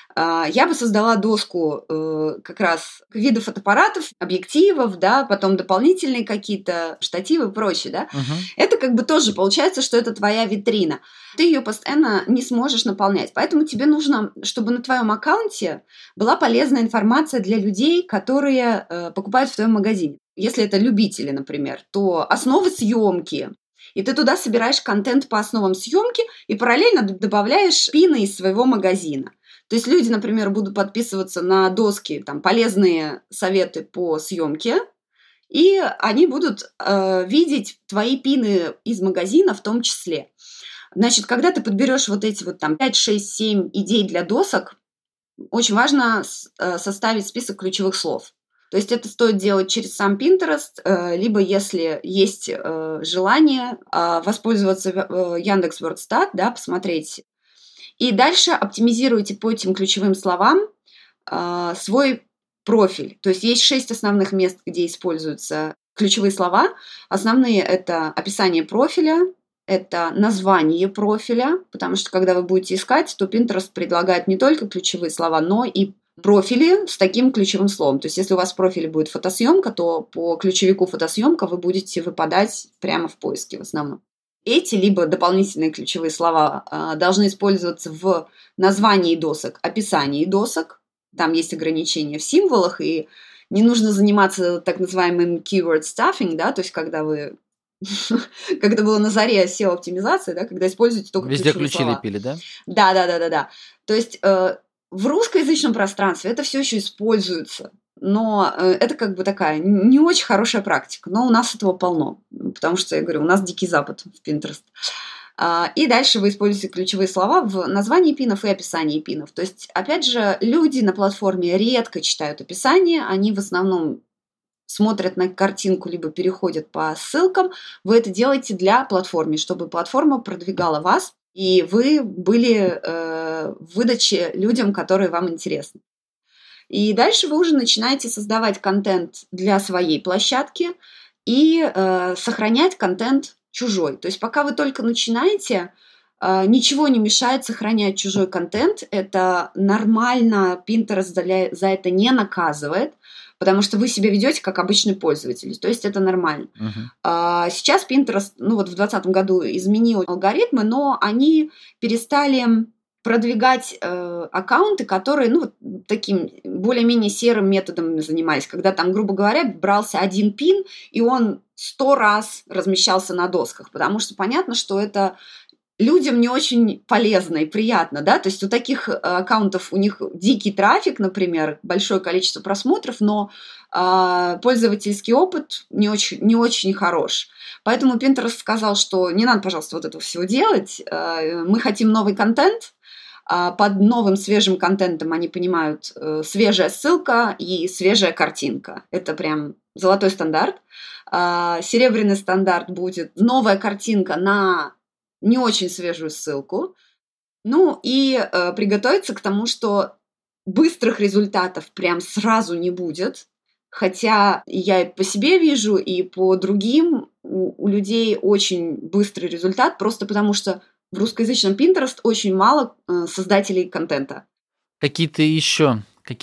Я бы создала доску как раз вида фотоаппаратов, объективов, да, потом дополнительные какие-то штативы и прочее. Да? Это как бы тоже получается, что это твоя витрина. Ты ее постоянно не сможешь наполнять. Поэтому тебе нужно, чтобы на твоем аккаунте была полезная информация для людей, которые покупают в твоем магазине. Если это любители, например, то основы съемки. И ты туда собираешь контент по основам съемки и параллельно добавляешь пины из своего магазина. То есть люди, например, будут подписываться на доски, там, полезные советы по съемке, и они будут видеть твои пины из магазина в том числе. Значит, когда ты подберешь вот эти вот там 5, 6, 7 идей для досок, очень важно составить список ключевых слов. То есть это стоит делать через сам Pinterest, либо если есть желание воспользоваться Яндекс.Вордстат, да, посмотреть. И дальше оптимизируйте по этим ключевым словам свой профиль. То есть есть 6 основных мест, где используются ключевые слова. Основные – это описание профиля, это название профиля, потому что когда вы будете искать, то Pinterest предлагает не только ключевые слова, но и профили с таким ключевым словом. То есть если у вас в профиле будет фотосъемка, то по ключевику фотосъемка вы будете выпадать прямо в поиске в основном. Эти либо дополнительные ключевые слова должны использоваться в названии досок, описании досок. Там есть ограничения в символах, и не нужно заниматься так называемым keyword stuffing, да, то есть когда вы когда было на заре SEO-оптимизации, да, когда используете только везде ключевые ключи слова. лепили, да? Да. То есть в русскоязычном пространстве это все еще используется, но это как бы такая не очень хорошая практика, но у нас этого полно, потому что, я говорю, у нас дикий запад в Pinterest. И дальше вы используете ключевые слова в названии пинов и описании пинов. То есть, опять же, люди на платформе редко читают описание, они в основном смотрят на картинку, либо переходят по ссылкам, вы это делаете для платформы, чтобы платформа продвигала вас, и вы были в выдаче людям, которые вам интересны. И дальше вы уже начинаете создавать контент для своей площадки и сохранять контент чужой. То есть пока вы только начинаете, ничего не мешает сохранять чужой контент. Это нормально, Pinterest за это не наказывает, потому что вы себя ведете как обычный пользователь. То есть это нормально. Сейчас Pinterest, в 2020 году изменил алгоритмы, но они перестали продвигать аккаунты, которые, таким более-менее серым методом занимались, когда там, грубо говоря, брался один пин, и он 100 раз размещался на досках, потому что понятно, что это людям не очень полезно и приятно, да, то есть у таких аккаунтов у них дикий трафик, например, большое количество просмотров, но пользовательский опыт не очень хорош. Поэтому Pinterest сказал, что не надо, пожалуйста, вот этого всего делать, мы хотим новый контент. Под новым свежим контентом они понимают свежая ссылка и свежая картинка. Это прям золотой стандарт. Серебряный стандарт будет новая картинка на не очень свежую ссылку. И приготовиться к тому, что быстрых результатов прям сразу не будет. Хотя я и по себе вижу, и по другим у людей очень быстрый результат, просто потому что в русскоязычном Pinterest очень мало создателей контента. Какие-то еще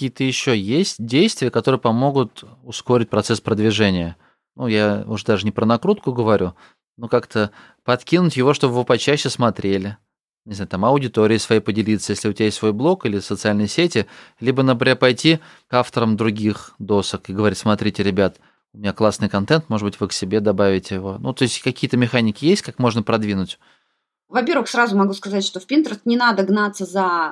есть действия, которые помогут ускорить процесс продвижения? Я уже даже не про накрутку говорю, но как-то подкинуть его, чтобы его почаще смотрели. Не знаю, там аудиторией своей поделиться, если у тебя есть свой блог или социальные сети, либо, например, пойти к авторам других досок и говорить: смотрите, ребят, у меня классный контент, может быть, вы к себе добавите его. То есть какие-то механики есть, как можно продвинуть? Во-первых, сразу могу сказать, что в Pinterest не надо гнаться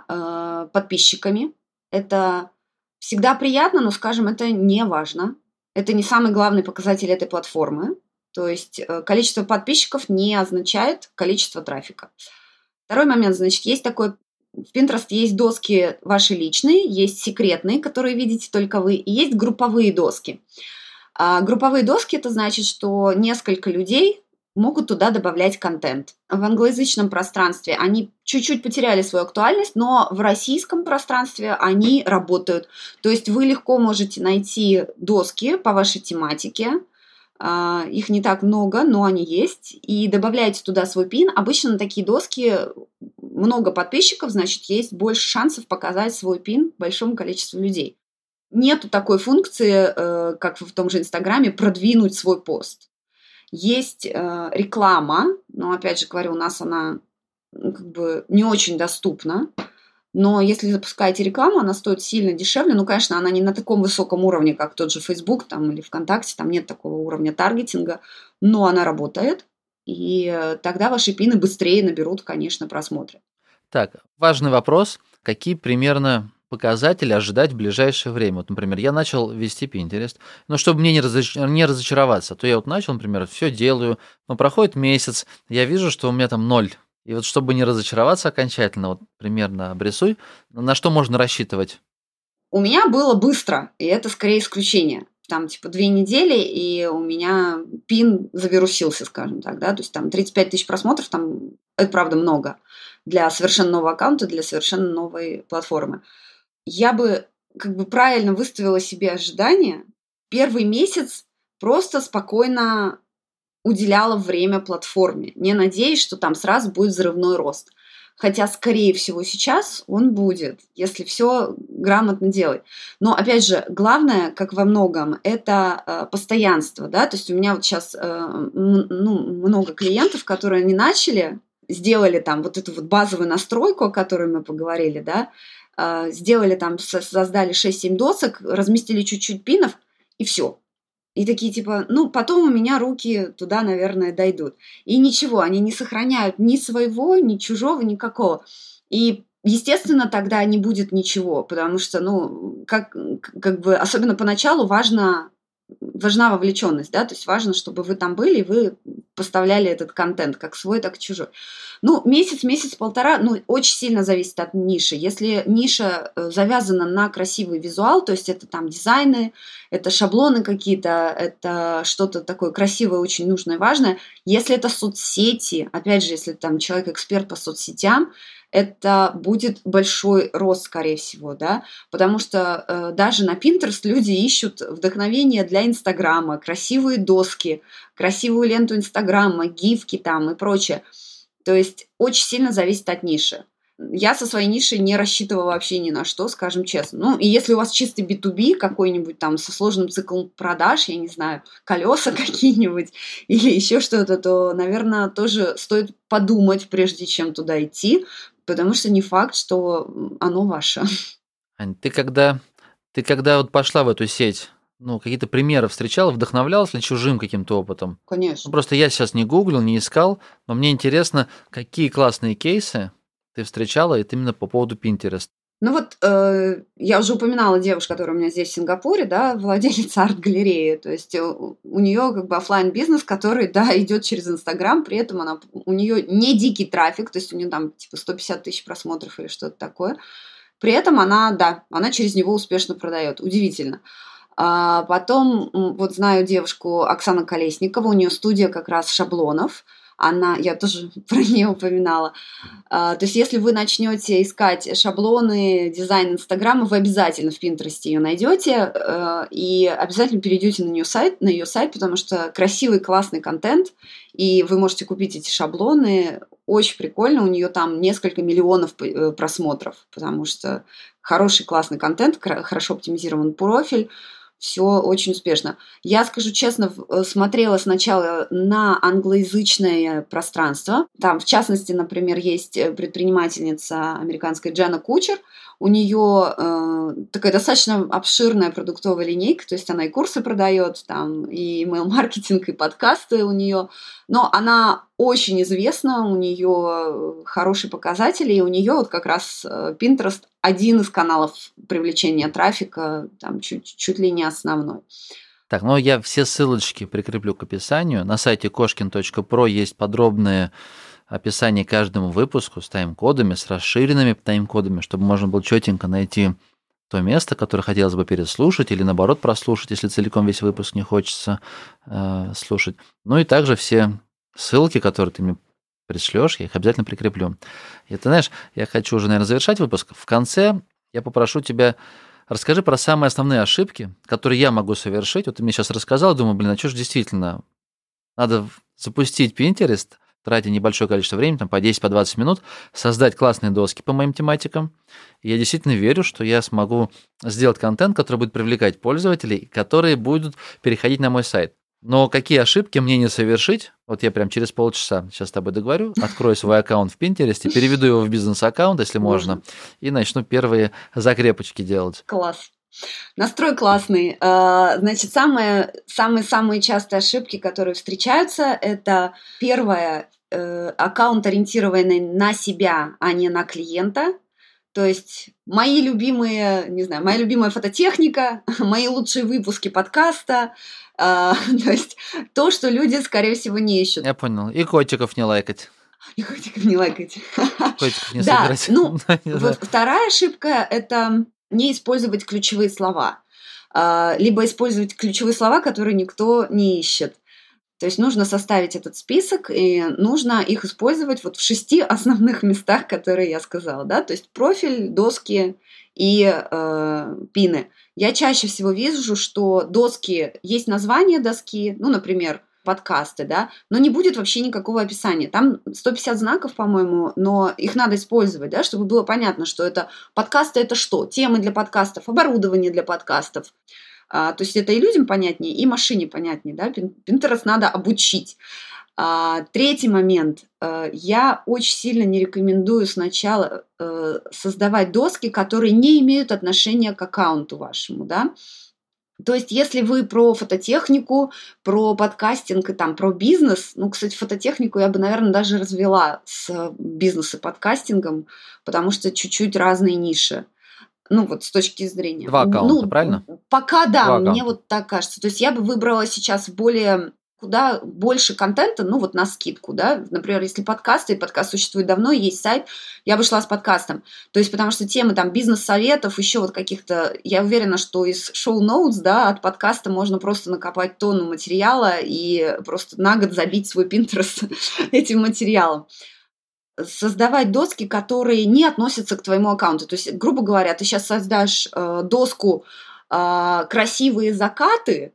за подписчиками. Это всегда приятно, но, скажем, это не важно. Это не самый главный показатель этой платформы. То есть количество подписчиков не означает количество трафика. Второй момент, есть такой... В Pinterest есть доски ваши личные, есть секретные, которые видите только вы, и есть групповые доски. Групповые доски – это значит, что несколько людей могут туда добавлять контент. В англоязычном пространстве они чуть-чуть потеряли свою актуальность, но в российском пространстве они работают. То есть вы легко можете найти доски по вашей тематике, их не так много, но они есть, и добавляете туда свой пин. Обычно на такие доски много подписчиков, значит, есть больше шансов показать свой пин большому количеству людей. Нету такой функции, как в том же Инстаграме, продвинуть свой пост. Есть реклама, но, опять же говорю, у нас она не очень доступна. Но если запускаете рекламу, она стоит сильно дешевле. Конечно, она не на таком высоком уровне, как тот же Facebook или ВКонтакте. Там нет такого уровня таргетинга, но она работает. И тогда ваши пины быстрее наберут, конечно, просмотры. Так, важный вопрос. Какие примерно показатели ожидать в ближайшее время? Например, я начал вести Pinterest, но чтобы мне не разочароваться, то я начал, например, все делаю, но проходит месяц, я вижу, что у меня там 0. И чтобы не разочароваться окончательно, примерно обрисуй, на что можно рассчитывать? У меня было быстро, и это скорее исключение. 2 недели, и у меня пин завирусился, скажем так, да, то есть 35 тысяч просмотров, это правда много для совершенно нового аккаунта, для совершенно новой платформы. Я бы правильно выставила себе ожидания. Первый месяц просто спокойно уделяла время платформе, не надеясь, что там сразу будет взрывной рост. Хотя, скорее всего, сейчас он будет, если все грамотно делать. Но, опять же, главное, как во многом, это постоянство. Да? То есть у меня сейчас много клиентов, которые не начали, сделали эту базовую настройку, о которой мы поговорили, да? Сделали создали 6-7 досок, разместили чуть-чуть пинов, и все. И такие потом у меня руки туда, наверное, дойдут. И ничего, они не сохраняют ни своего, ни чужого, никакого. И, естественно, тогда не будет ничего, потому что, особенно поначалу важна вовлеченность, да, то есть важно, чтобы вы там были, и вы поставляли этот контент, как свой, так и чужой. Ну, месяц-полтора, ну, очень сильно зависит от ниши. Если ниша завязана на красивый визуал, то есть это там дизайны, это шаблоны какие-то, это что-то такое красивое, очень нужное, важное. Если это соцсети, опять же, если там человек эксперт по соцсетям, это будет большой рост, скорее всего, да, потому что даже на Pinterest люди ищут вдохновение для Инстаграма, красивые доски, красивую ленту Инстаграма, гифки там и прочее. То есть очень сильно зависит от ниши. Я со своей нишей не рассчитывала вообще ни на что, скажем честно. Ну, и если у вас чистый B2B какой-нибудь там со сложным циклом продаж, я не знаю, колеса какие-нибудь или еще что-то, то, наверное, тоже стоит подумать, прежде чем туда идти, потому что не факт, что оно ваше. Ань, ты когда вот пошла в эту сеть, ну, какие-то примеры встречала, вдохновлялась ли чужим каким-то опытом? Ну, Конечно. просто я сейчас не гуглил, не искал, но мне интересно, какие классные кейсы ты встречала это именно по поводу Pinterest. Ну вот я уже упоминала девушку, которая у меня здесь в Сингапуре, да, владелица арт-галереи, то есть у нее как бы офлайн бизнес, который, да, идет через Инстаграм, при этом у нее не дикий трафик, то есть у нее там типа 150 тысяч просмотров или что-то такое, при этом она через него успешно продает, удивительно. А потом вот знаю девушку Оксана Колесникова, у нее студия как раз шаблонов, я тоже про нее упоминала. То есть, если вы начнете искать шаблоны, дизайн Инстаграма, вы обязательно в Пинтересте ее найдете и обязательно перейдете на ее сайт, потому что красивый, классный контент, и вы можете купить эти шаблоны. Очень прикольно, у нее там несколько миллионов просмотров, потому что хороший, классный контент, хорошо оптимизирован профиль. Все очень успешно. Я скажу честно, смотрела сначала на англоязычное пространство. Там, в частности, например, есть предпринимательница американская Дженна Кучер. У нее такая достаточно обширная продуктовая линейка, то есть она и курсы продает, там, и email-маркетинг, и подкасты у нее. Но она очень известна, у нее хорошие показатели, и у нее вот как раз Pinterest один из каналов привлечения трафика, там чуть ли не основной. Так, ну я все ссылочки прикреплю к описанию. На сайте koshkin.pro есть подробное описание каждому выпуску с тайм-кодами, с расширенными тайм-кодами, чтобы можно было четенько найти то место, которое хотелось бы переслушать или, наоборот, прослушать, если целиком весь выпуск не хочется слушать. Ну и также все ссылки, которые ты мне пришлешь, я их обязательно прикреплю. И ты знаешь, я хочу уже, наверное, завершать выпуск. В конце я попрошу тебя, расскажи про самые основные ошибки, которые я могу совершить. Вот ты мне сейчас рассказал, думаю, а что же действительно, надо запустить Pinterest, тратя небольшое количество времени, там по 10-20 минут, создать классные доски по моим тематикам. И я действительно верю, что я смогу сделать контент, который будет привлекать пользователей, которые будут переходить на мой сайт. Но какие ошибки мне не совершить? Вот я прям через полчаса сейчас с тобой договорю, открою свой аккаунт в Pinterest, переведу его в бизнес-аккаунт, если можно, и начну первые закрепочки делать. Класс. Настрой классный. Значит, самые частые ошибки, которые встречаются, это первое, аккаунт, ориентированный на себя, а не на клиента. То есть моя любимая фототехника, мои лучшие выпуски подкаста, то есть то, что люди, скорее всего, не ищут. Я понял. И котиков не лайкать. Котиков не собирать. Вот вторая ошибка – это не использовать ключевые слова. Либо использовать ключевые слова, которые никто не ищет. То есть нужно составить этот список, и нужно их использовать вот в 6 основных местах, которые я сказала. Да? То есть профиль, доски и пины. Я чаще всего вижу, что доски, есть название доски, ну, например, подкасты, да, но не будет вообще никакого описания. Там 150 знаков, по-моему, но их надо использовать, да, чтобы было понятно, что это подкасты, это что? Темы для подкастов, оборудование для подкастов. То есть это и людям понятнее, и машине понятнее, да, Pinterest надо обучить. Третий момент. Я очень сильно не рекомендую сначала создавать доски, которые не имеют отношения к аккаунту вашему, да. То есть, если вы про фототехнику, про подкастинг и там про бизнес, ну, кстати, фототехнику я бы, наверное, даже развела с бизнес и подкастингом, потому что чуть-чуть разные ниши. Ну, вот с точки зрения. 2 аккаунта, правильно? Пока да, мне вот так кажется. То есть я бы выбрала сейчас более куда больше контента, ну вот на скидку, да, например, если подкасты, и подкаст существует давно, есть сайт, я бы шла с подкастом, то есть потому что темы там бизнес-советов, еще вот каких-то, я уверена, что из шоу-ноутс, да, от подкаста можно просто накопать тонну материала и просто на год забить свой Pinterest этим материалом. Создавать доски, которые не относятся к твоему аккаунту, то есть, грубо говоря, ты сейчас создашь доску «Красивые закаты»,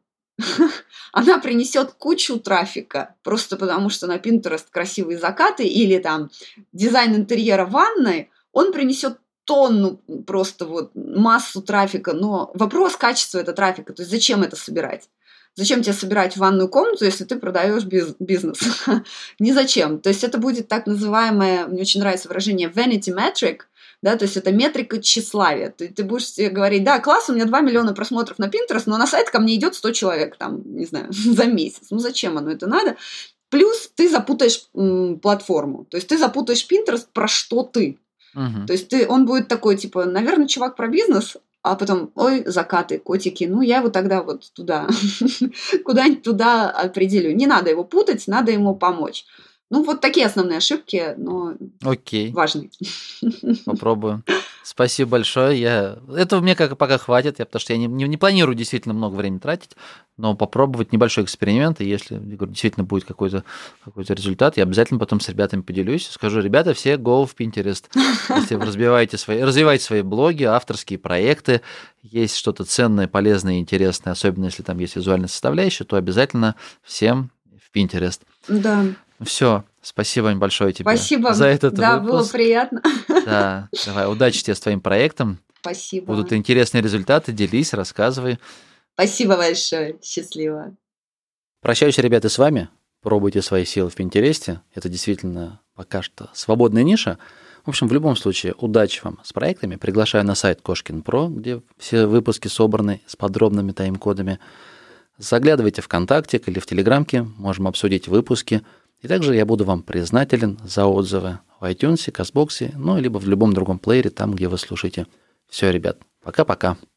она принесет кучу трафика, просто потому что на Pinterest красивые закаты или там дизайн интерьера ванной, он принесет тонну, просто вот массу трафика, но вопрос качества этого трафика, то есть зачем это собирать? Зачем тебе собирать ванную комнату, если ты продаешь бизнес? Ни зачем. То есть это будет так называемое, мне очень нравится выражение vanity metric, да, то есть это метрика тщеславия. Ты будешь себе говорить, да, класс, у меня 2 миллиона просмотров на Pinterest, но на сайт ко мне идет 100 человек, там, не знаю, за месяц. Ну зачем оно это надо? Плюс ты запутаешь платформу, то есть ты запутаешь Pinterest, про что ты. То есть он будет такой, типа, наверное, чувак про бизнес, а потом, ой, закаты, котики, ну я его тогда вот туда, куда-нибудь туда определю. Не надо его путать, надо ему помочь. Ну, вот такие основные ошибки, но важные. Попробую. Спасибо большое. Этого мне пока хватит, потому что я не планирую действительно много времени тратить, но попробовать небольшой эксперимент, и если действительно будет какой-то результат, я обязательно потом с ребятами поделюсь. Скажу, ребята, все go в Pinterest. Если вы развиваете свои блоги, авторские проекты, есть что-то ценное, полезное и интересное, особенно если там есть визуальная составляющая, то обязательно всем в Pinterest. Да. Все, спасибо, Ань, большое тебе спасибо. За этот выпуск. Да, было приятно. Да, давай, удачи тебе с твоим проектом. Спасибо. Будут интересные результаты, делись, рассказывай. Спасибо большое, счастливо. Прощаюсь, ребята, с вами. Пробуйте свои силы в Пинтересте. Это действительно пока что свободная ниша. В общем, в любом случае, удачи вам с проектами. Приглашаю на сайт Кошкин.про, где все выпуски собраны с подробными тайм-кодами. Заглядывайте в ВКонтакте или в Телеграмке, можем обсудить выпуски. И также я буду вам признателен за отзывы в iTunes, Кастбоксе, ну, либо в любом другом плеере, там, где вы слушаете. Все, ребят, пока-пока.